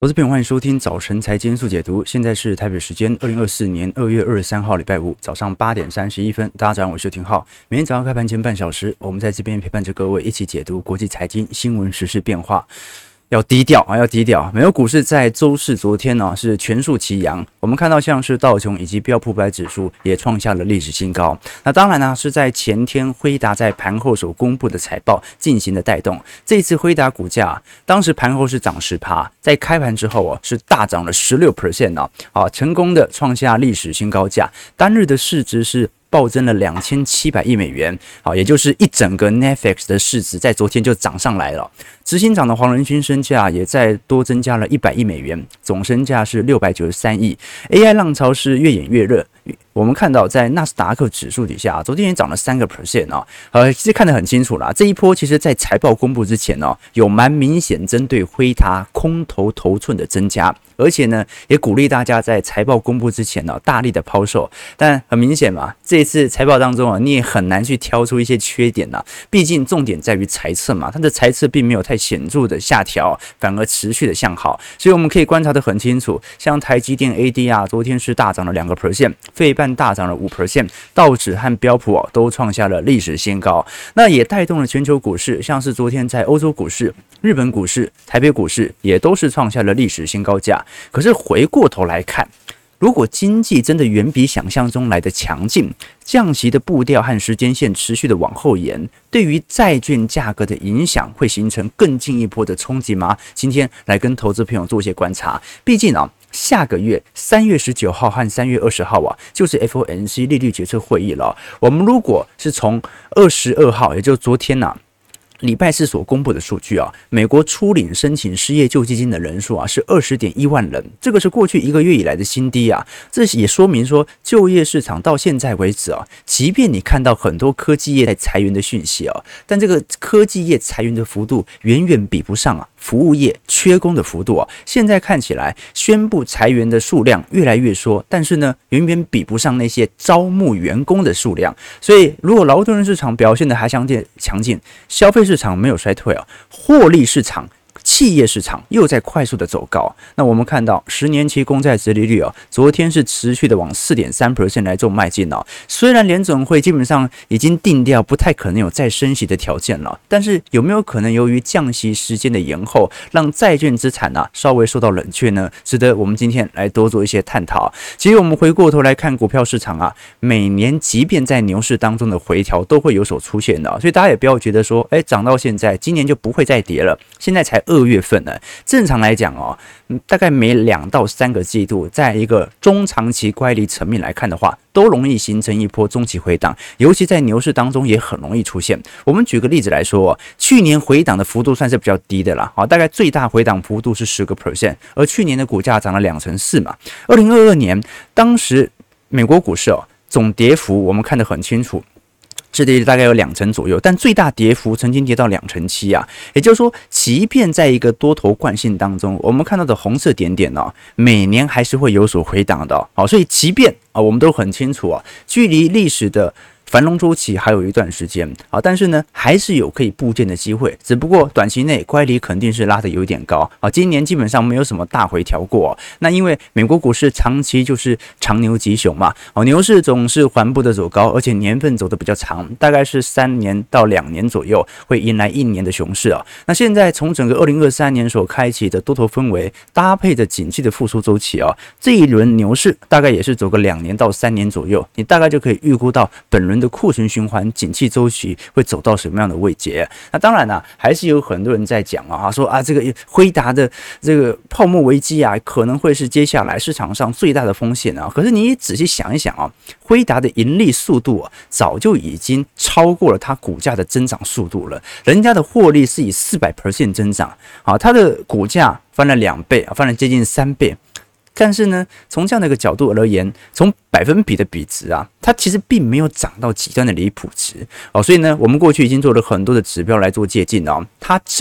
投资朋友，欢迎收听早晨财经速解读。现在是台北时间2024年2月23号礼拜五早上8点31分。大家早上好，我是廷浩。每天早上开盘前半小时，我们在这边陪伴着各位一起解读国际财经新闻时事变化。要低调啊，要低调。美国股市在周四昨天呢是全数齐扬，我们看到像是道琼以及标普500指数也创下了历史新高。那当然呢是在前天辉达在盘后所公布的财报进行的带动。这一次辉达股价当时盘后是涨10%，在开盘之后是大涨了16% 成功的创下历史新高价，单日的市值是暴增了2700亿美元，也就是一整个 Netflix 的市值在昨天就涨上来了。执行长的黄仁勋身价也在多增加了100亿美元，总身价是693亿。AI 浪潮是越演越热，我们看到在纳斯达克指数底下，昨天也涨了3%其实看得很清楚啦。这一波其实在财报公布之前有蛮明显针对辉达空头头寸的增加，而且呢也鼓励大家在财报公布之前大力的抛售。但很明显嘛，这一次财报当中你也很难去挑出一些缺点毕竟重点在于财测嘛，它的财测并没有太显著的下调，反而持续的向好，所以我们可以观察得很清楚，像台积电 AD 昨天是大涨了2%，费半大涨了5%，道指和标普都创下了历史新高，那也带动了全球股市，像是昨天在欧洲股市、日本股市、台北股市也都是创下了历史新高价。可是回过头来看，如果经济真的远比想象中来的强劲，降息的步调和时间线持续的往后延，对于债券价格的影响会形成更进一步的冲击吗？今天来跟投资朋友做一些观察。毕竟下个月3月19号和3月20号就是 FOMC 利率决策会议了。我们如果是从22号，也就是昨天礼拜四所公布的数据美国初领申请失业救济金的人数是20.1万人，这个是过去1个月以来的新低这也说明说就业市场到现在为止即便你看到很多科技业在裁员的讯息但这个科技业裁员的幅度远远比不上服务业缺工的幅度现在看起来宣布裁员的数量越来越多，但是呢远远比不上那些招募员工的数量。所以如果劳动力市场表现的还相对强劲，消费市场没有衰退获利市场、企业市场又在快速的走高。那我们看到10年期公债殖利率昨天是持续的往 4.3% 来做迈进虽然联准会基本上已经定调不太可能有再升息的条件了，但是有没有可能由于降息时间的延后，让债券资产稍微受到冷却呢？值得我们今天来多做一些探讨。其实我们回过头来看股票市场每年即便在牛市当中的回调都会有所出现的，所以大家也不要觉得说涨到现在今年就不会再跌了，现在才2月份呢。正常来讲大概每2到3个季度，在一个中长期乖离层面来看的话，都容易形成一波中期回档，尤其在牛市当中也很容易出现。我们举个例子来说去年回档的幅度算是比较低的啦大概最大回档幅度是10%，而去年的股价涨了2%嘛。2022年当时美国股市总跌幅我们看得很清楚，是跌大概有2%左右，但最大跌幅曾经跌到2.7%也就是说，即便在一个多头惯性当中，我们看到的红色点点每年还是会有所回档的所以即便我们都很清楚距离历史的繁荣周期还有一段时间但是呢还是有可以部件的机会，只不过短期内乖离肯定是拉得有点高今年基本上没有什么大回调过那因为美国股市长期就是长牛吉熊嘛牛市总是缓步的走高，而且年份走得比较长，大概是3年到2年左右会迎来1年的熊市那现在从整个2023年所开启的多头氛围，搭配着景气的复苏周期这一轮牛市大概也是走个2年到3年左右，你大概就可以预估到本轮的库存循环景气周期会走到什么样的位阶。那当然还是有很多人在讲说这个辉达的这个泡沫危机可能会是接下来市场上最大的风险可是你也仔细想一想辉达的盈利速度早就已经超过了它股价的增长速度了，人家的获利是以400% 增长它的股价翻了2倍，翻了接近3倍。但是呢，从这样的一个角度而言，从百分比的比值它其实并没有涨到极端的离谱值所以呢，我们过去已经做了很多的指标来做借鉴它涨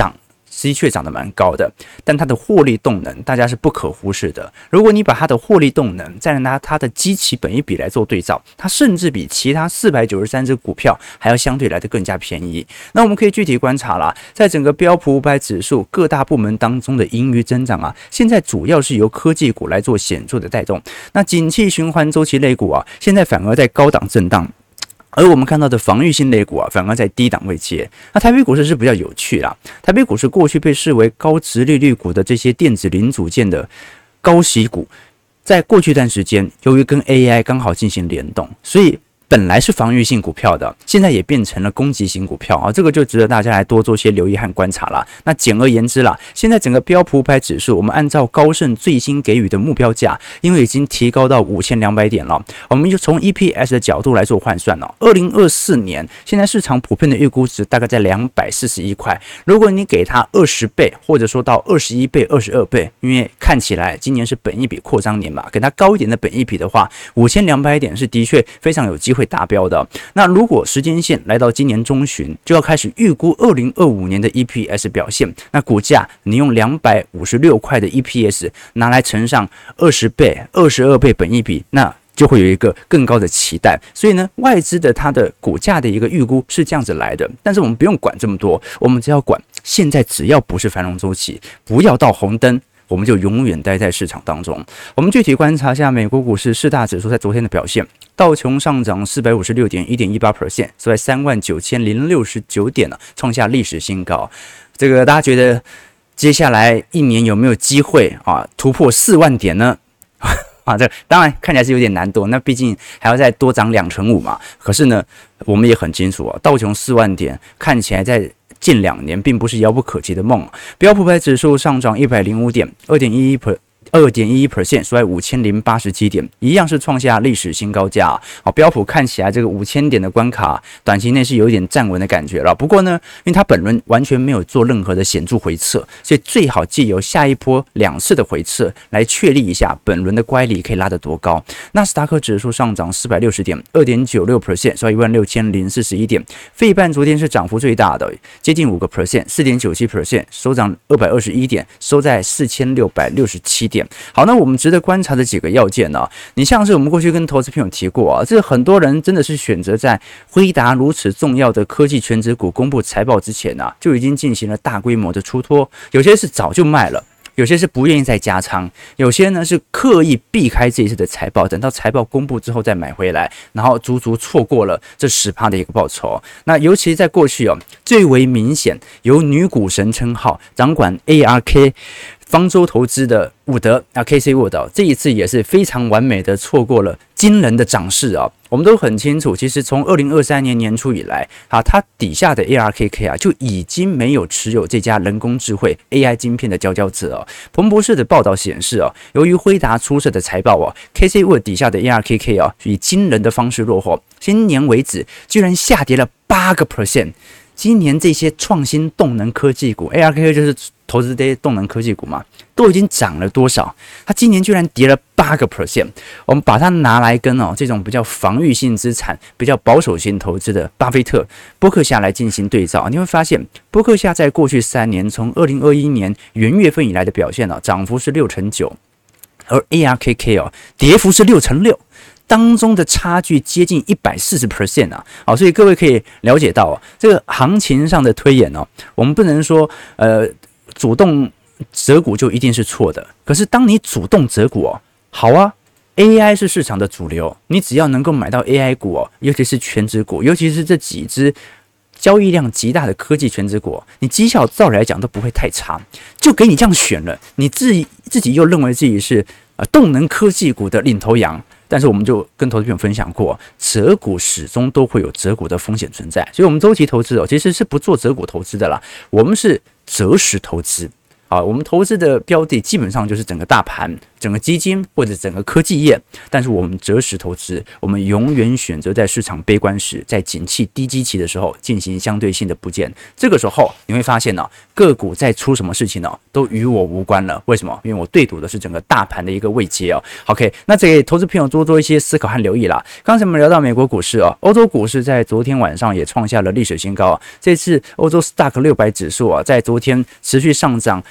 的确涨得蛮高的，但它的获利动能大家是不可忽视的。如果你把它的获利动能再拿它的基期本益比来做对照，它甚至比其他493只股票还要相对来的更加便宜。那我们可以具体观察啦，在整个标普500指数各大部门当中的盈余增长啊，现在主要是由科技股来做显著的带动。那景气循环周期类股啊，现在反而在高档震荡。而我们看到的防御性类股啊，反而在低档位阶。那台北股市是比较有趣啦。台北股市过去被视为高殖利率股的这些电子零组件的高息股，在过去一段时间，由于跟 AI 刚好进行联动，所以本来是防御性股票的，现在也变成了攻击型股票啊，这个就值得大家来多做些留意和观察啦。那简而言之啦，现在整个标普500指数，我们按照高盛最新给予的目标价，因为已经提高到5200点了，我们就从 EPS 的角度来做换算了。2024年，现在市场普遍的预估值大概在241块，如果你给它20倍，或者说到21倍、22倍，因为看起来今年是本益比扩张年嘛，给它高一点的本益比的话，5200点是的确非常有机会达标的。那如果时间线来到今年中旬，就要开始预估2025年的 EPS 表现。那股价你用256块的 EPS 拿来乘上20倍、22倍本益比，那就会有一个更高的期待。所以呢，外资的它的股价的一个预估是这样子来的。但是我们不用管这么多，我们只要管现在只要不是繁荣周期，不要到红灯，我们就永远待在市场当中。我们具体观察一下美国股市4大指数在昨天的表现。道琼上涨456点 1.18%， 收在39069点了，创下历史新高。这个大家觉得接下来一年有没有机会啊突破4万点呢？啊，这当然看起来是有点难度，那毕竟还要再多涨2%嘛。可是呢，我们也很清楚啊，道琼4万点看起来在近2年并不是遥不可及的梦。标普500指数上涨105点 2.11%， 收在5087点，一样是创下历史新高价。好，标普看起来这个5000点的关卡，短期内是有一点站稳的感觉了。不过呢，因为它本轮完全没有做任何的显著回撤，所以最好借由下一波2次的回撤来确立一下本轮的乖离可以拉得多高。纳斯达克指数上涨460点 2.96%， 收在16041点。费半昨天是涨幅最大的，接近5%， 4.97%， 收涨221点，收在4667点。好，那我们值得观察的几个要件呢？你像是我们过去跟投资朋友提过啊，这很多人真的是选择在辉达如此重要的科技全指股公布财报之前啊，就已经进行了大规模的出脱，有些是早就卖了。有些是不愿意再加仓，有些呢是刻意避开这一次的财报，等到财报公布之后再买回来，然后足足错过了这10%的一个报酬。那尤其在过去最为明显，由女股神称号，掌管 ARK 方舟投资的伍德KC Wood 这一次也是非常完美的错过了惊人的涨势啊！我们都很清楚，其实从2023年年初以来它底下的 ARKK 就已经没有持有这家人工智慧 AI 晶片的佼佼者彭博社的报道显示由于辉达出色的财报KC Wood 底下的 ARKK 以惊人的方式落后，今年为止居然下跌了8%。今年这些创新动能科技股 ARKK 就是投资这些动能科技股嘛，都已经涨了多少？它今年居然跌了8%。我们把它拿来跟这种比较防御性资产、比较保守性投资的巴菲特、波克夏来进行对照，你会发现波克夏在过去3年，从2021年元月份以来的表现涨幅是6%，而 ARKK 跌幅是6%。当中的差距接近140%啊！好，所以各位可以了解到这个行情上的推演我们不能说主动择股就一定是错的。可是当你主动择股好啊 ，AI 是市场的主流，你只要能够买到 AI 股尤其是全指股，尤其是这几只交易量极大的科技全指股，你绩效照理来讲都不会太差，就给你这样选了，你自己又认为自己是动能科技股的领头羊。但是我们就跟投资朋友分享过，择股始终都会有择股的风险存在，所以我们周期投资其实是不做择股投资的啦，我们是择时投资。 啊，我们投资的标的基本上就是整个大盘、整个基金或者整个科技业，但是我们择时投资，我们永远选择在市场悲观时，在景气低基期的时候进行相对性的部件。这个时候你会发现呢，个股在出什么事情呢，都与我无关了。为什么？因为我对赌的是整个大盘的一个位阶哦。OK， 那这个投资朋友多做一些思考和留意啦。刚才我们聊到美国股市哦，欧洲股市在昨天晚上也创下了历史新高啊。这次欧洲 Stock 600指数啊，在昨天持续上涨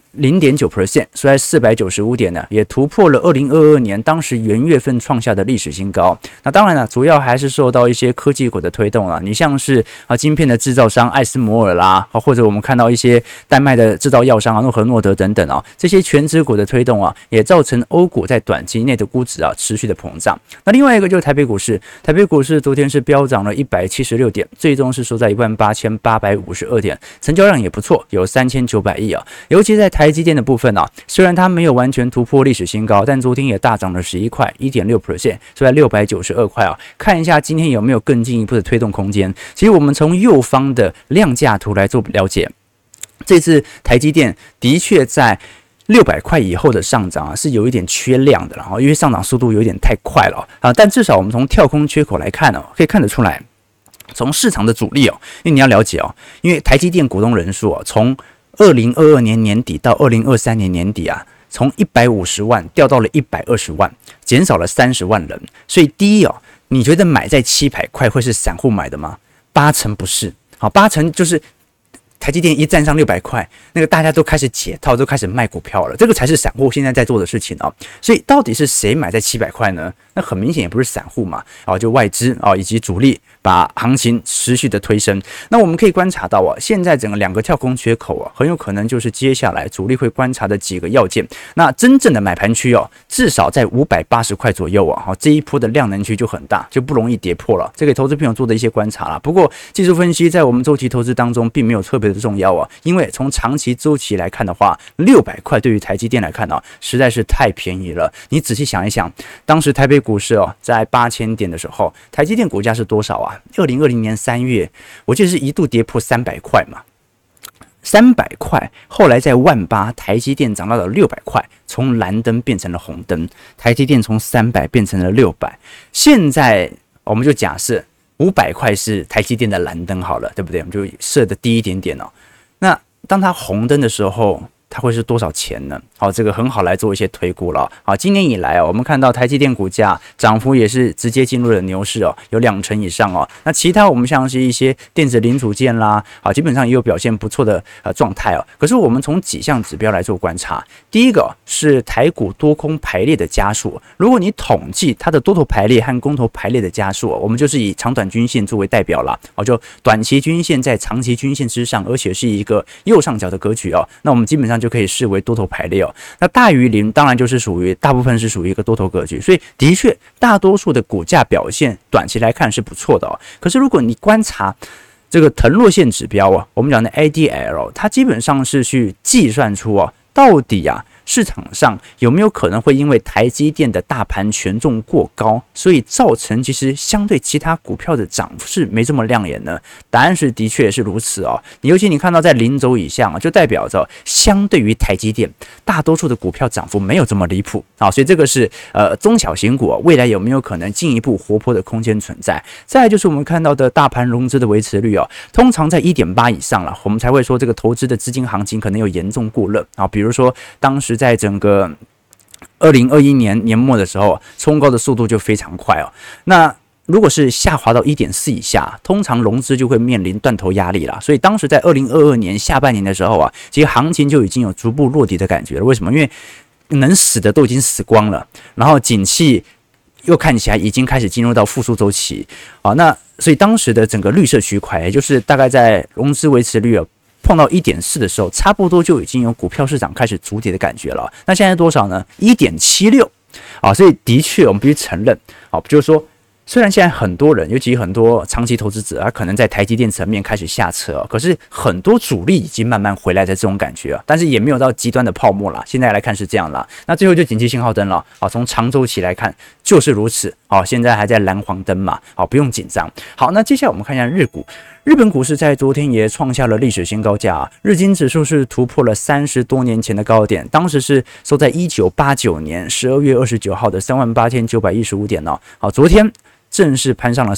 0.9%， 收在495点呢，也突破了2022年当时元月份创下的历史新高。那当然了，主要还是受到一些科技股的推动啊。你像是晶片的制造商艾斯摩尔啦，或者我们看到一些丹麦的制造药商诺和诺德等等啊，这些全指股的推动啊，也造成欧股在短期内的估值啊持续的膨胀。那另外一个就是台北股市，台北股市昨天是飙涨了176点，最终是收在18852点，成交量也不错，有3900亿啊。尤其在台积电的部分啊，虽然它没有完全突破历史新高，但昨天也大涨了11块 1.6%， 收在692块啊。看一下今天有没有更进一步的推动空间。其实我们从右方的量价图来做了解，这次台积电的确在600块以后的上涨啊，是有一点缺量的，因为上涨速度有点太快了啊。但至少我们从跳空缺口来看哦，可以看得出来，从市场的主力哦，因为你要了解哦，因为台积电股东人数啊，从2022年年底到2023年年底啊，从150万掉到了120万，减少了30万人。所以第一哦，你觉得买在700块会是散户买的吗？80%不是，好，80%就是台积电一站上600块，那个大家都开始解套，都开始卖股票了，这个才是散户现在在做的事情哦。所以到底是谁买在700块呢？那很明显也不是散户嘛，就外资以及主力把行情持续的推升。那我们可以观察到啊，现在整个2个跳空缺口啊，很有可能就是接下来主力会观察的几个要件。那真正的买盘区哦，至少在580块左右啊，这一波的量能区就很大，就不容易跌破了。这个投资朋友做的一些观察啦。不过技术分析在我们周期投资当中并没有特别的重要啊，因为从长期周期来看的话，600块对于台积电来看啊，实在是太便宜了。你仔细想一想，当时台北股市哦，在8000点的时候，台积电股价是多少啊？2020年3月，我记得是一度跌破300块嘛，300块，后来在18000，台积电涨到了600块，从蓝灯变成了红灯，台积电从300变成了600，现在我们就假设500块是台积电的蓝灯好了，对不对？我们就设的低一点点哦。那当它红灯的时候，它会是多少钱呢？好，这个很好来做一些推估了。好，今年以来我们看到台积电股价涨幅也是直接进入了牛市哦，有2成以上哦。那其他我们像是一些电子零组件啦，基本上也有表现不错的状态哦。可是我们从几项指标来做观察，第一个是台股多空排列的家数。如果你统计它的多头排列和空头排列的家数，我们就是以长短均线作为代表了，就短期均线在长期均线之上，而且是一个右上角的格局哦。那我们基本上就可以视为多头排列哦。那大于0当然就是大部分是属于一个多头格局，所以的确大多数的股价表现短期来看是不错的哦。可是如果你观察这个腾落线指标啊，我们讲的 ADL， 它基本上是去计算出到底市场上有没有可能会因为台积电的大盘权重过高，所以造成其实相对其他股票的涨势没这么亮眼呢？答案是的确是如此哦。尤其你看到在0轴以下就代表着相对于台积电，大多数的股票涨幅没有这么离谱啊，所以这个是中小型股未来有没有可能进一步活泼的空间存在？再来就是我们看到的大盘融资的维持率通常在 1.8 以上了，我们才会说这个投资的资金行情可能有严重过热啊。比如说当时在整个2021年年末的时候，冲高的速度就非常快哦。那如果是下滑到 1.4 以下，通常融资就会面临断头压力了。所以当时在2022年下半年的时候其实行情就已经有逐步落底的感觉了。为什么？因为能死的都已经死光了，然后景气又看起来已经开始进入到复苏周期那所以当时的整个绿色区块，也就是大概在融资维持率碰到 1.4 的时候，差不多就已经有股票市场开始筑底的感觉了。那现在多少呢？ 1.76 所以的确我们必须承认就是说虽然现在很多人，尤其很多长期投资者可能在台积电层面开始下车可是很多主力已经慢慢回来的这种感觉但是也没有到极端的泡沫啦。现在来看是这样啦。那最后就景气信号灯了从长周期来看， 就是如此。好，现在还在蓝黄灯嘛，好，不用紧张。好，那接下来我们看一下日股。日本股市在昨天也创下了历史新高价，日经指数是突破了30多年前的高点，当时是收在1989年12月29号的38,915点哦。好，昨天正式攀上了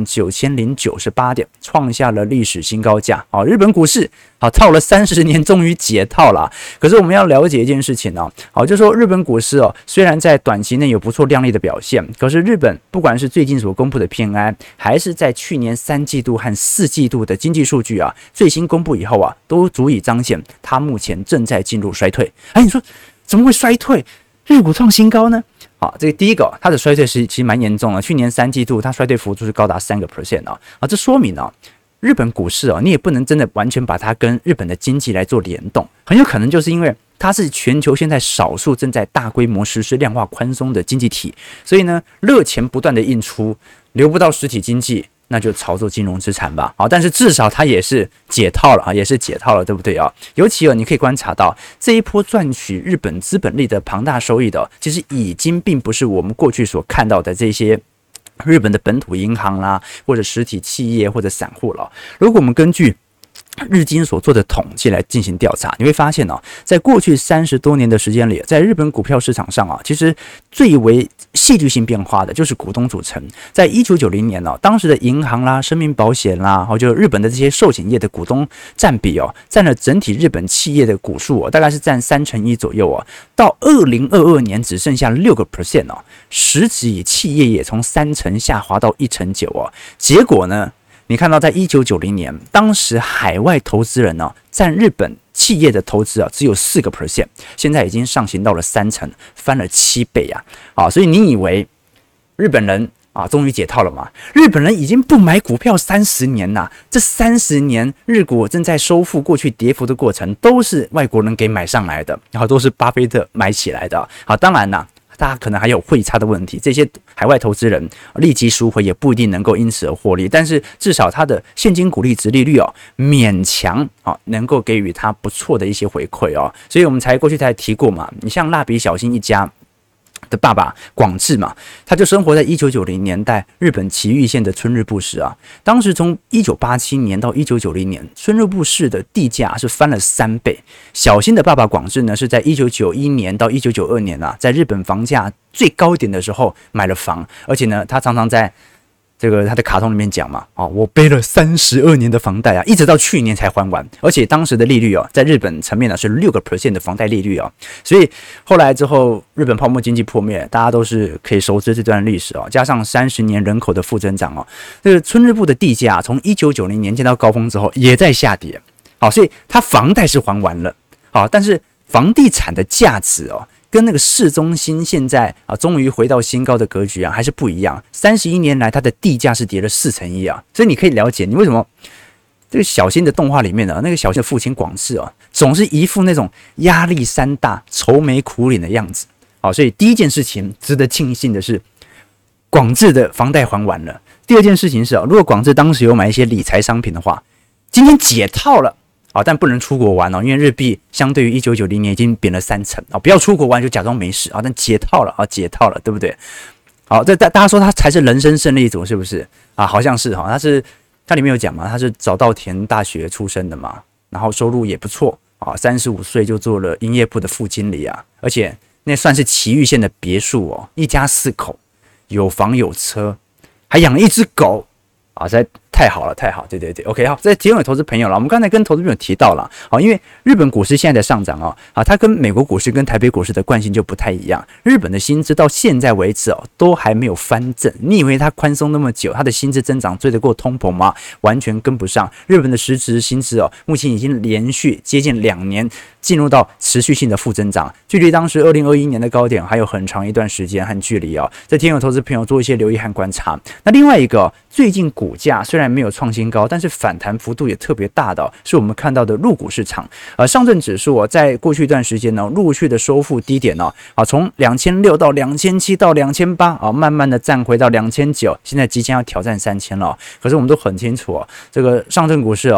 39,098点，创下了历史新高价。好，日本股市好套了30年，终于解套了。可是我们要了解一件事情哦，好，就是说日本股市哦，虽然在短期内有不错亮丽的表现，可是日本不管是最近所公布的 PMI， 还是在去年3季度和4季度的经济数据啊，最新公布以后啊，都足以彰显它目前正在进入衰退。你说怎么会衰退？日股创新高呢？好，这个第一个，它的衰退其实蛮严重的。去年3季度它衰退幅度是高达3% 啊，这说明啊，日本股市啊，你也不能真的完全把它跟日本的经济来做联动，很有可能就是因为它是全球现在少数正在大规模实施量化宽松的经济体，所以呢，热钱不断的印出，流不到实体经济。那就炒作金融资产吧，好，但是至少它也是解套了啊，也是解套了，对不对啊？尤其你可以观察到这一波赚取日本资本利的庞大收益的，其实已经并不是我们过去所看到的这些日本的本土银行啦，或者实体企业或者散户了。如果我们根据日经所做的统计来进行调查，你会发现在过去30多年的时间里，在日本股票市场上其实最为戏剧性变化的就是股东组成。在1990年当时的银行啦、生命保险啦，就日本的这些寿险业的股东占比占了整体日本企业的股数大概是占1/3左右到2022年只剩下6% 实质企业也从3%下滑到1%9%结果呢？你看到，在1990年，当时海外投资人占日本企业的投资只有4%，现在已经上行到了3%，翻了7倍啊！所以你以为日本人终于解套了嘛？日本人已经不买股票30年了，这30年日股正在收复过去跌幅的过程，都是外国人给买上来的，然后都是巴菲特买起来的。好，当然啦。大家可能还有汇差的问题，这些海外投资人立即赎回也不一定能够因此而获利，但是至少它的现金股利殖利率勉强能够给予它不错的一些回馈所以我们过去才提过嘛，你像蜡笔小新一家的爸爸广志嘛，他就生活在1990年代日本埼玉县的春日部市当时从1987年到1990年，春日部市的地价是翻了3倍。小新的爸爸广志呢，是在1991年到1992年在日本房价最高点的时候买了房，而且呢，他常常在这个他的卡通里面讲嘛，我背了32年的房贷一直到去年才还完，而且当时的利率在日本层面是6% 的房贷利率所以后来之后日本泡沫经济破灭，大家都是可以熟知这段历史加上30年人口的负增长这个春日部的地价从1990年见到高峰之后也在下跌，所以它房贷是还完了但是房地产的价值跟那个市中心现在终于回到新高的格局还是不一样。31年来，它的地价是跌了1/4所以你可以了解你为什么这个小新的动画里面那个小新的父亲广志总是一副那种压力山大、愁眉苦脸的样子所以第一件事情值得庆幸的是，广志的房贷还完了。第二件事情是如果广志当时有买一些理财商品的话，今天解套了。但不能出国玩因为日币相对于1990年已经贬了3%不要出国玩就假装没事但解套了解套了，对不对？好，这大家说他才是人生胜利组，是不是好像是他里面有讲嘛，他是早稻田大学出身的嘛，然后收入也不错35岁就做了营业部的副经理而且那算是埼玉县的别墅一家4口，有房有车，还养了一只狗实在太好了，太好，对 ，OK， 好，再提供给投资朋友了。我们刚才跟投资朋友提到了，因为日本股市现在的上涨它跟美国股市跟台北股市的惯性就不太一样。日本的薪资到现在为止都还没有翻正，你以为它宽松那么久，它的薪资增长追得过通膨吗？完全跟不上。日本的实质薪资目前已经连续接近2年进入到持续性的负增长，距离当时2021年的高点还有很长一段时间和距离这提供投资朋友做一些留意和观察。那另外一个，最近股价虽然没有创新高，但是反弹幅度也特别大的是我们看到的陆股市场。上证指数在过去一段时间陆续的收复低点从2600到2700到2800慢慢的站回到2900，现在即将要挑战3000了。可是我们都很清楚这个上证股市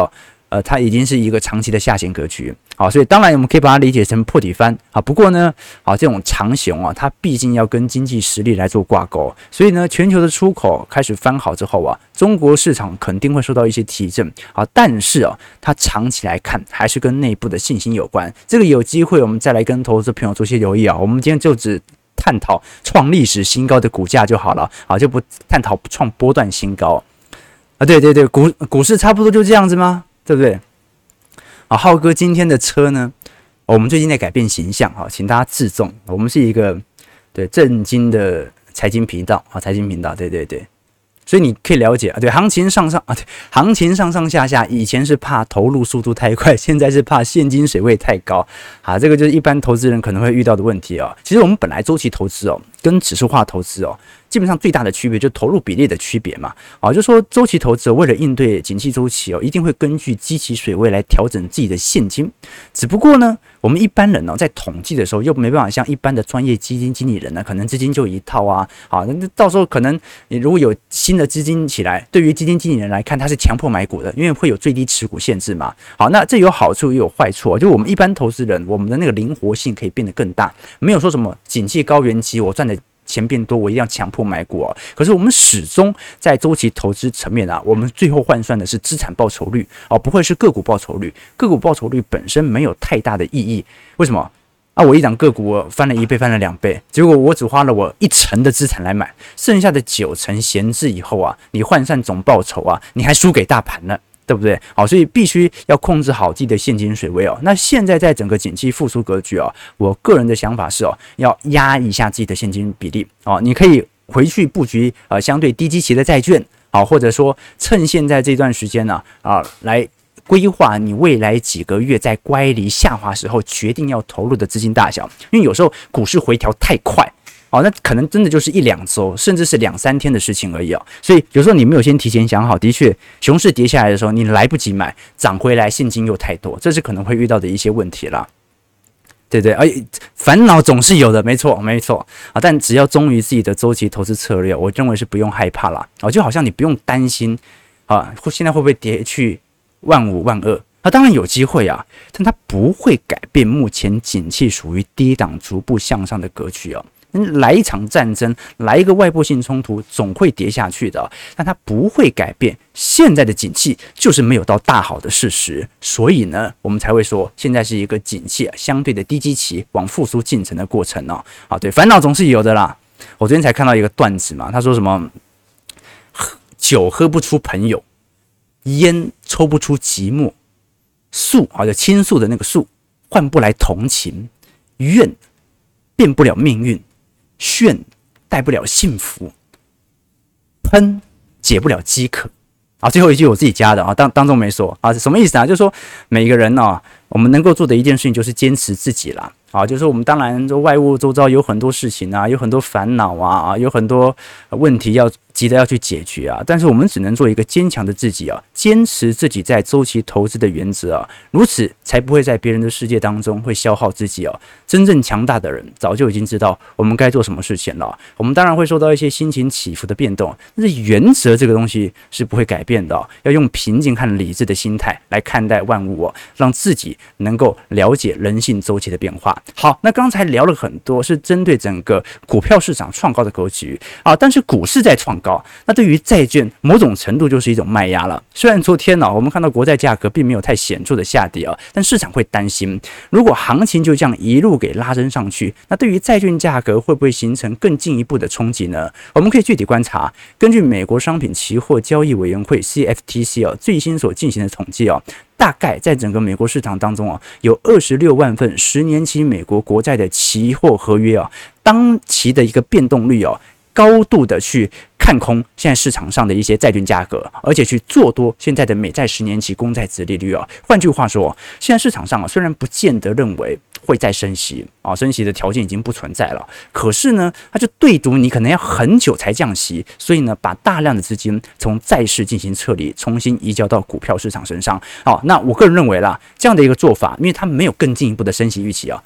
它已经是一个长期的下行格局，好，所以当然我们可以把它理解成破底翻，好，不过呢，好，这种长熊啊，它毕竟要跟经济实力来做挂钩，所以呢，全球的出口开始翻好之后啊，中国市场肯定会受到一些提振，好，但是啊，它长期来看还是跟内部的信心有关，这个有机会我们再来跟投资朋友做些留意啊，我们今天就只探讨创历史新高的股价就好了，好，就不探讨创波段新高啊，对对对，股市差不多就这样子吗？对不对？好，浩哥今天的车呢？我们最近在改变形象，好，请大家自重。我们是一个对正经的财经频道，好，财经频道，对对对。所以你可以了解啊，对，行情上下下，以前是怕投入速度太快，现在是怕现金水位太高，啊，这个就是一般投资人可能会遇到的问题哦。其实我们本来周期投资哦，跟指数化投资哦。基本上最大的区别就是投入比例的区别嘛，就说周期投资为了应对景气周期一定会根据基期水位来调整自己的现金。只不过呢，我们一般人在统计的时候又没办法像一般的专业基金经理人呢，可能资金就一套啊，好，那到时候可能你如果有新的资金起来，对于基金经理人来看，他是强迫买股的，因为会有最低持股限制嘛。好，那这有好处也有坏处，就我们一般投资人，我们的那个灵活性可以变得更大，没有说什么景气高原期我赚的钱变多，我一定要强迫买股可是我们始终在周期投资层面我们最后换算的是资产报酬率不会是个股报酬率。个股报酬率本身没有太大的意义，为什么？我一档个股我翻了1倍，翻了2倍，结果我只花了我1成的资产来买，剩下的9成闲置以后你换算总报酬你还输给大盘了。对不对？好，所以必须要控制好自己的现金水位那现在在整个景气复苏格局我个人的想法是要压一下自己的现金比例你可以回去布局相对低基期的债券或者说趁现在这段时间来规划你未来几个月在乖离下滑时候决定要投入的资金大小，因为有时候股市回调太快。那可能真的就是1-2周，甚至是2-3天的事情而已所以有时候你没有先提前想好，的确，熊市跌下来的时候，你来不及买，涨回来现金又太多，这是可能会遇到的一些问题啦。对对，烦恼总是有的，没错没错但只要忠于自己的周期投资策略，我认为是不用害怕啦就好像你不用担心现在会不会跌去15000、12000。当然有机会但它不会改变目前景气属于低档逐步向上的格局来一场战争，来一个外部性冲突，总会跌下去的但它不会改变现在的景气就是没有到大好的事实，所以呢，我们才会说现在是一个景气相对的低基期往复苏进程的过程对，烦恼总是有的啦。我昨天才看到一个段子嘛，他说什么酒喝不出朋友，烟抽不出寂寞，素就倾诉的那个素换不来同情，怨变不了命运，炫带不了幸福，喷解不了饥渴最后一句我自己加的当中没说什么意思就是说每一个人我们能够做的一件事情就是坚持自己啦就是我们当然外物周遭有很多事情有很多烦恼有很多问题要急着要去解决但是我们只能做一个坚强的自己坚持自己在周期投资的原则如此才不会在别人的世界当中会消耗自己真正强大的人早就已经知道我们该做什么事情了。我们当然会受到一些心情起伏的变动，但是原则这个东西是不会改变的要用平静和理智的心态来看待万物让自己能够了解人性周期的变化。好，那刚才聊了很多是针对整个股票市场创高的格局但是股市在创高，那对于债券某种程度就是一种卖压了。虽然昨天我们看到国债价格并没有太显著的下跌但市场会担心，如果行情就这样一路给拉升上去，那对于债券价格会不会形成更进一步的冲击呢？我们可以具体观察，根据美国商品期货交易委员会 CFTC 最新所进行的统计大概在整个美国市场当中有26万份10年期美国国债的期货合约当期的一个变动率高度的去看空现在市场上的一些债券价格，而且去做多现在的美债10年期公债殖利率换句话说，现在市场上虽然不见得认为会再升息升息的条件已经不存在了，可是呢，它就对赌你可能要很久才降息，所以呢，把大量的资金从债市进行撤离，重新移交到股票市场身上。那我个人认为啦，这样的一个做法，因为它没有更进一步的升息预期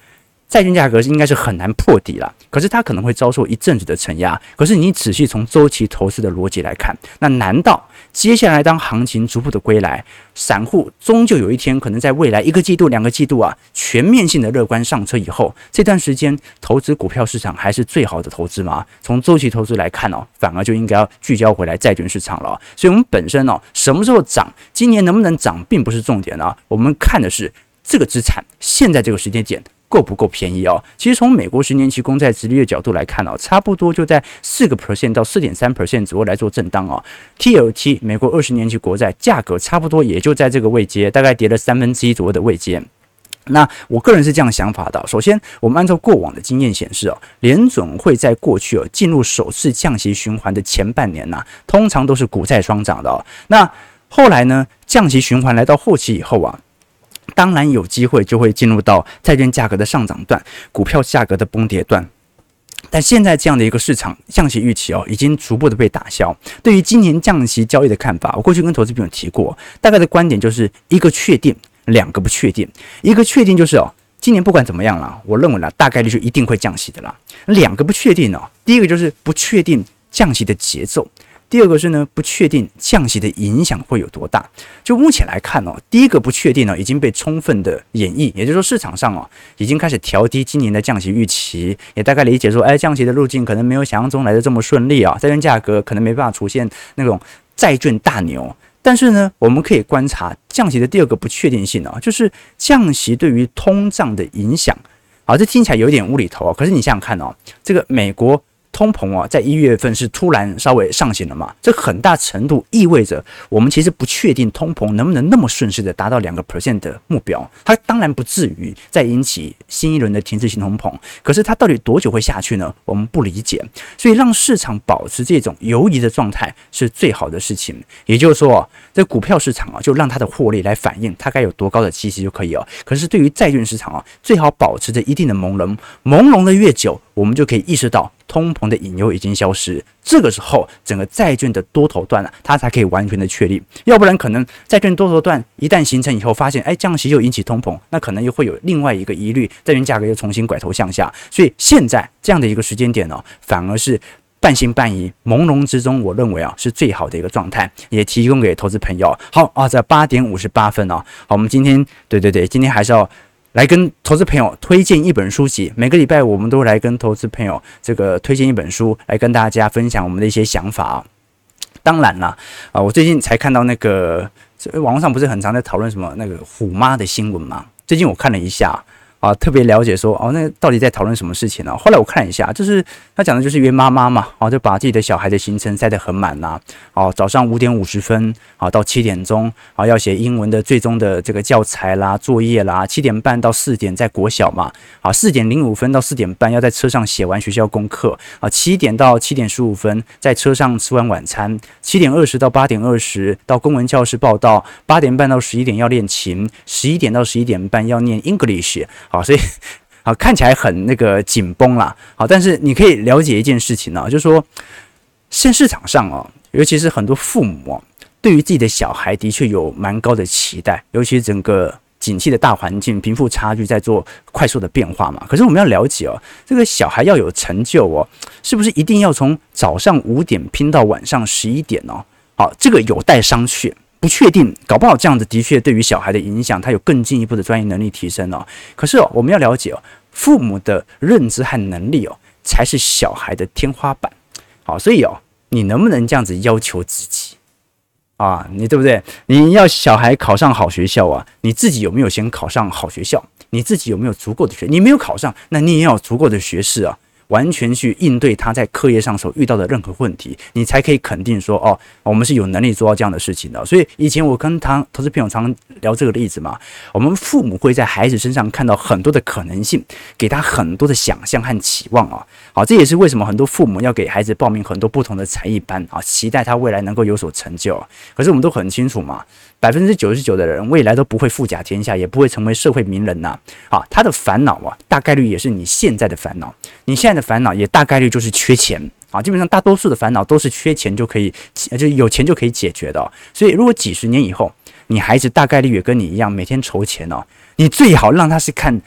债券价格应该是很难破底了，可是它可能会遭受一阵子的承压。可是你仔细从周期投资的逻辑来看，那难道接下来当行情逐步的归来，散户终究有一天可能在未来1个季度、2个季度啊，全面性的乐观上车以后，这段时间投资股票市场还是最好的投资吗？从周期投资来看哦，反而就应该要聚焦回来债券市场了。所以我们本身哦，什么时候涨，今年能不能涨，并不是重点啊，我们看的是这个资产现在这个时间点够不够便宜哦？其实从美国10年期公债殖利率角度来看哦，差不多就在4% 到4.3% 左右来做震荡哦。TLT 美国20年期国债价格差不多也就在这个位阶，大概跌了1/3左右的位阶。那我个人是这样想法的。首先，我们按照过往的经验显示哦，联准会在过去进入首次降息循环的前半年通常都是股债双涨的哦。那后来呢，降息循环来到后期以后啊，当然有机会就会进入到债券价格的上涨段，股票价格的崩跌段。但现在这样的一个市场降息预期已经逐步的被打消。对于今年降息交易的看法，我过去跟投资朋友提过，大概的观点就是一个确定，2个不确定。一个确定就是今年不管怎么样啦，我认为大概率就一定会降息的啦。2个不确定第一个就是不确定降息的节奏。第二个是呢，不确定降息的影响会有多大。就目前来看第一个不确定已经被充分的演绎，也就是说市场上已经开始调低今年的降息预期，也大概理解说，降息的路径可能没有想象中来的这么顺利债券价格可能没办法出现那种债券大牛。但是呢，我们可以观察降息的第二个不确定性就是降息对于通胀的影响。好，这听起来有点无厘头可是你想想看这个美国通膨在1月份是突然稍微上行了嘛？这很大程度意味着我们其实不确定通膨能不能那么顺势的达到2% 的目标。它当然不至于再引起新一轮的停滞性通膨，可是它到底多久会下去呢？我们不理解。所以让市场保持这种游移的状态是最好的事情。也就是说这股票市场就让它的获利来反映它该有多高的基期就可以可是对于债券市场最好保持着一定的朦胧，朦胧的越久，我们就可以意识到通膨的隐忧已经消失，这个时候整个债券的多头段它才可以完全的确立。要不然可能债券多头段一旦形成以后，发现降息又引起通膨，那可能又会有另外一个疑虑，债券价格又重新拐头向下。所以现在这样的一个时间点反而是半信半疑、朦胧之中，我认为是最好的一个状态，也提供给投资朋友。好在8点58分好，我们今天今天还是要来跟投资朋友推荐一本书籍。每个礼拜我们都来跟投资朋友推荐一本书，来跟大家分享我们的一些想法当然啦我最近才看到那个网络上不是很常在讨论什么那个虎妈的新闻吗？最近我看了一下特别了解说那到底在讨论什么事情呢？后来我看了一下，就是他讲的就是约妈妈嘛就把自己的小孩的行程塞得很满早上5点50分到7点钟要写英文的最终的这个教材啦、作业啦，7点半到4点在国小嘛4点05分到4点半要在车上写完学校功课7点到7点15分在车上吃完晚餐，7点20到8点20到公文教室报到，8点半到11点要练琴，11点到11点半要念 English。所以看起来很那个紧绷啦但是你可以了解一件事情就是说现市场上尤其是很多父母对于自己的小孩的确有蛮高的期待，尤其是整个景气的大环境，贫富差距在做快速的变化嘛。可是我们要了解这个小孩要有成就是不是一定要从早上5点拼到晚上11点这个有待商榷。不确定，搞不好这样子的确对于小孩的影响，他有更进一步的专业能力提升可是我们要了解父母的认知和能力才是小孩的天花板。所以你能不能这样子要求自己你对不对？你要小孩考上好学校你自己有没有先考上好学校？你自己有没有足够的学？你没有考上，那你也要有足够的学识完全去应对他在课业上所遇到的任何问题，你才可以肯定说我们是有能力做到这样的事情的。所以以前我跟投资朋友常聊这个例子嘛，我们父母会在孩子身上看到很多的可能性，给他很多的想象和期望这也是为什么很多父母要给孩子报名很多不同的才艺班期待他未来能够有所成就。可是我们都很清楚嘛，99%的人未来都不会富甲天下，也不会成为社会名人他的烦恼大概率也是你现在的烦恼，你现在的烦恼也大概率就是缺钱基本上大多数的烦恼都是缺钱就可以，就是有钱就可以解决的所以如果几十年以后，你孩子大概率也跟你一样每天筹钱你最好让他是看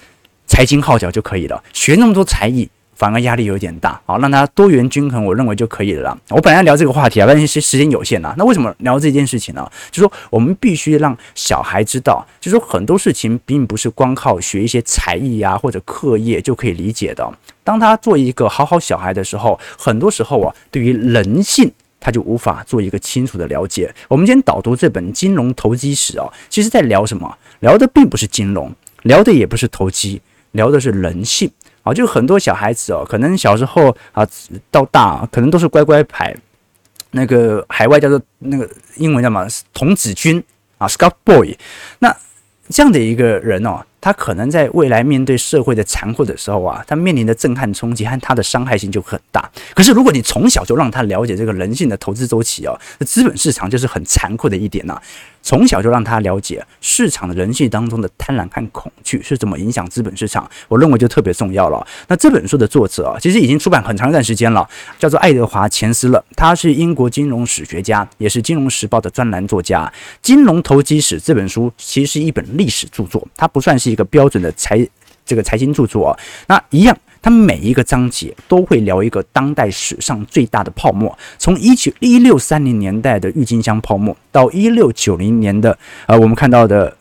财经号角就可以了，学那么多才艺反而压力有点大，好，让它多元均衡，我认为就可以了啦。我本来要聊这个话题啊，但是时间有限啊。那为什么聊这件事情呢？就是说我们必须让小孩知道，就是说很多事情并不是光靠学一些才艺啊或者课业就可以理解的。当他做一个好小孩的时候，很多时候啊，对于人性他就无法做一个清楚的了解。我们今天导读这本金融投机史哦，其实在聊什么？聊的并不是金融，聊的也不是投机，聊的是人性。啊，就很多小孩子哦，可能小时候啊到大，可能都是乖乖牌，那个海外叫做那个英文叫什么童子军啊 ，Scout Boy。那这样的一个人哦，他可能在未来面对社会的残酷的时候啊，他面临的震撼冲击和他的伤害性就很大。可是如果你从小就让他了解这个人性的投资周期哦，资本市场就是很残酷的一点呐。从小就让他了解市场的人性当中的贪婪和恐惧是怎么影响资本市场，我认为就特别重要了。那这本书的作者啊，其实已经出版很长一段时间了，叫做爱德华·钱斯勒，他是英国金融史学家，也是《金融时报》的专栏作家。《金融投机史》这本书其实是一本历史著作，它不算是一个标准的财经著作啊。那一样。它每一个章节都会聊一个当代史上最大的泡沫，从1630年代的郁金香泡沫，到1690年的我们看到的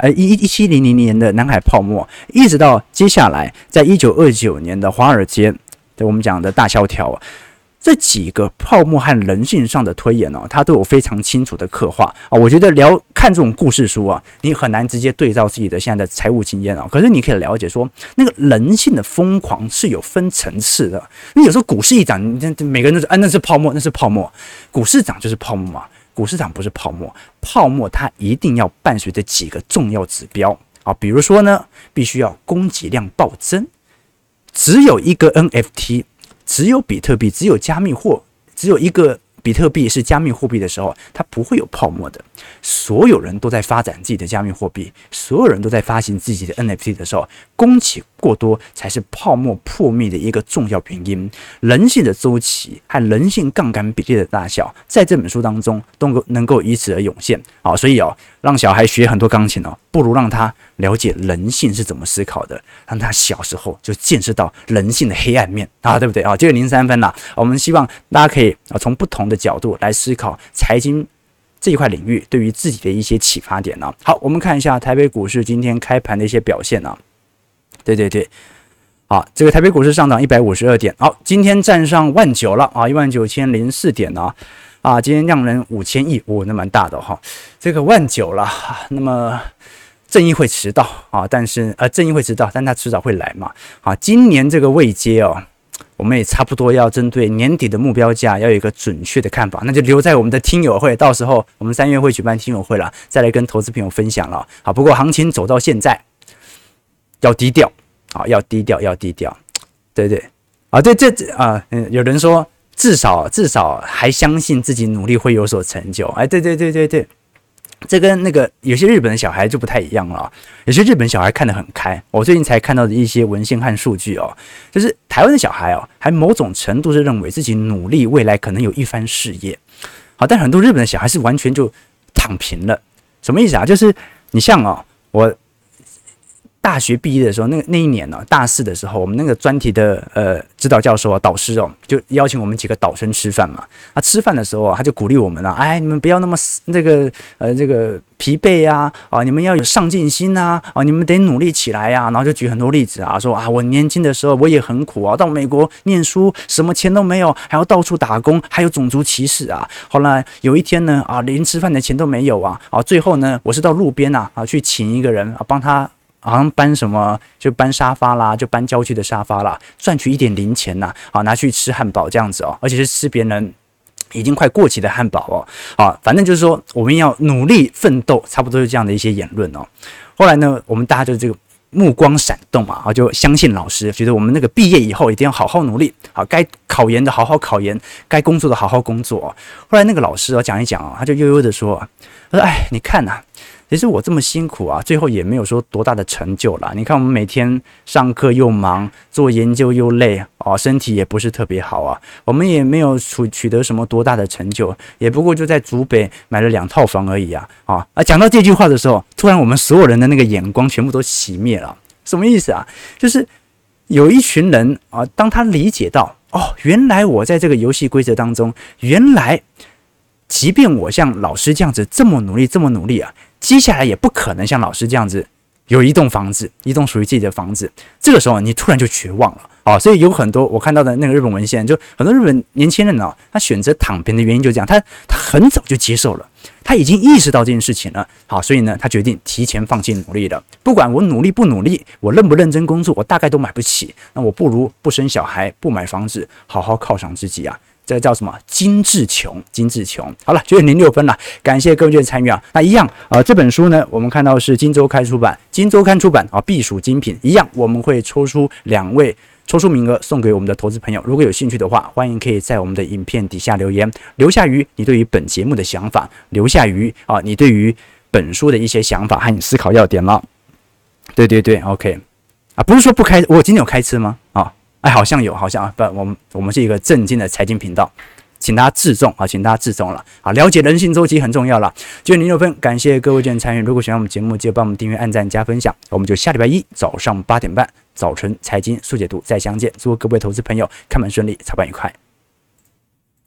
1700年的南海泡沫，一直到接下来在1929年的华尔街，我们讲的大萧条。这几个泡沫和人性上的推演哦，它都有非常清楚的刻画啊。我觉得看这种故事书啊，你很难直接对照自己的现在的财务经验啊。可是你可以了解说，那个人性的疯狂是有分层次的。你有时候股市一涨，每个人都说那是泡沫，那是泡沫。股市涨就是泡沫嘛？股市涨不是泡沫，泡沫它一定要伴随着几个重要指标啊，比如说呢，必须要供给量暴增，只有一个 NFT。只有比特币，只有一个比特币是加密货币的时候，它不会有泡沫的。所有人都在发展自己的加密货币，所有人都在发行自己的 NFT 的时候，供给过多才是泡沫破灭的一个重要原因。人性的周期和人性杠杆比例的大小，在这本书当中都能够以此而涌现。好，所以让小孩学很多钢琴不如让他了解人性是怎么思考的，让他小时候就见识到人性的黑暗面啊，对不对啊？这个03分啦，我们希望大家可以从不同的角度来思考财经这一块领域对于自己的一些启发点呢。好，我们看一下台北股市今天开盘的一些表现啊。对，好，这个台北股市上涨152点，好，今天站上19000了啊，19004点啊，今天量能5000亿，那蛮大的哈。这个19000了，那么正义会迟到啊，但它迟早会来嘛。啊，今年这个位阶我们也差不多要针对年底的目标价要有一个准确的看法，那就留在我们的听友会，到时候我们3月会举办听友会了，再来跟投资朋友分享了。好，不过行情走到现在，要低调啊，要低调，对啊，对有人说至少还相信自己努力会有所成就，哎，对。这跟那个有些日本的小孩就不太一样了，有些日本小孩看得很开。我最近才看到的一些文献和数据就是台湾的小孩还某种程度是认为自己努力未来可能有一番事业。好，但很多日本的小孩是完全就躺平了。什么意思啊？就是你像我大学毕业的时候，那一年大四的时候，我们那个专题的指导教授导师就邀请我们几个导生吃饭嘛。吃饭的时候他就鼓励我们哎，你们不要那么这个疲惫啊，你们要有上进心啊，你们得努力起来呀。然后就举很多例子说我年轻的时候我也很苦到美国念书，什么钱都没有，还要到处打工，还有种族歧视啊。后来有一天呢连吃饭的钱都没有最后呢我是到路边去请一个人帮他。好像搬什么就搬沙发啦，就搬郊区的沙发啦，赚取一点零钱拿去吃汉堡这样子而且是吃别人已经快过期的汉堡反正就是说我们要努力奋斗，差不多是这样的一些言论后来呢，我们大家就这个目光闪动就相信老师，觉得我们那个毕业以后一定要好好努力该考研的好好考研，该工作的好好工作后来那个老师讲一讲他就悠悠的说，他说你看其实我这么辛苦最后也没有说多大的成就啦。你看我们每天上课又忙，做研究又累身体也不是特别好我们也没有取得什么多大的成就，也不过就在竹北买了2套房而已讲到这句话的时候，突然我们所有人的那个眼光全部都熄灭了。 什么意思啊？就是有一群人啊，当他理解到原来我在这个游戏规则当中，原来即便我像老师这样子这么努力啊，接下来也不可能像老师这样子有一栋房子，一栋属于自己的房子。这个时候你突然就绝望了所以有很多我看到的那个日本文献，就很多日本年轻人他选择躺平的原因就这样，他很早就接受了，他已经意识到这件事情了，所以呢，他决定提前放弃努力了。不管我努力不努力，我认不认真工作，我大概都买不起，那我不如不生小孩，不买房子，好好犒赏自己啊。这个叫什么？精致穷。好了，9点06分了，感谢各位的参与啊。那一样这本书呢，我们看到是金周刊出版，必属精品。一样，我们会抽出2位抽出名额送给我们的投资朋友。如果有兴趣的话，欢迎可以在我们的影片底下留言，留下于你对于本节目的想法，留下于你对于本书的一些想法和你思考要点了。对 ，OK 不是说不开，我今天有开车吗？好像有，不，我们是一个正经的财经频道，请大家自重了。了解人性周期很重要了。9点06分，感谢各位的参与。如果喜欢我们节目，记得帮我们订阅、按赞、加分享。我们就下礼拜一早上8点半，早晨财经速解读再相见。祝各位投资朋友看盘顺利，操盘愉快。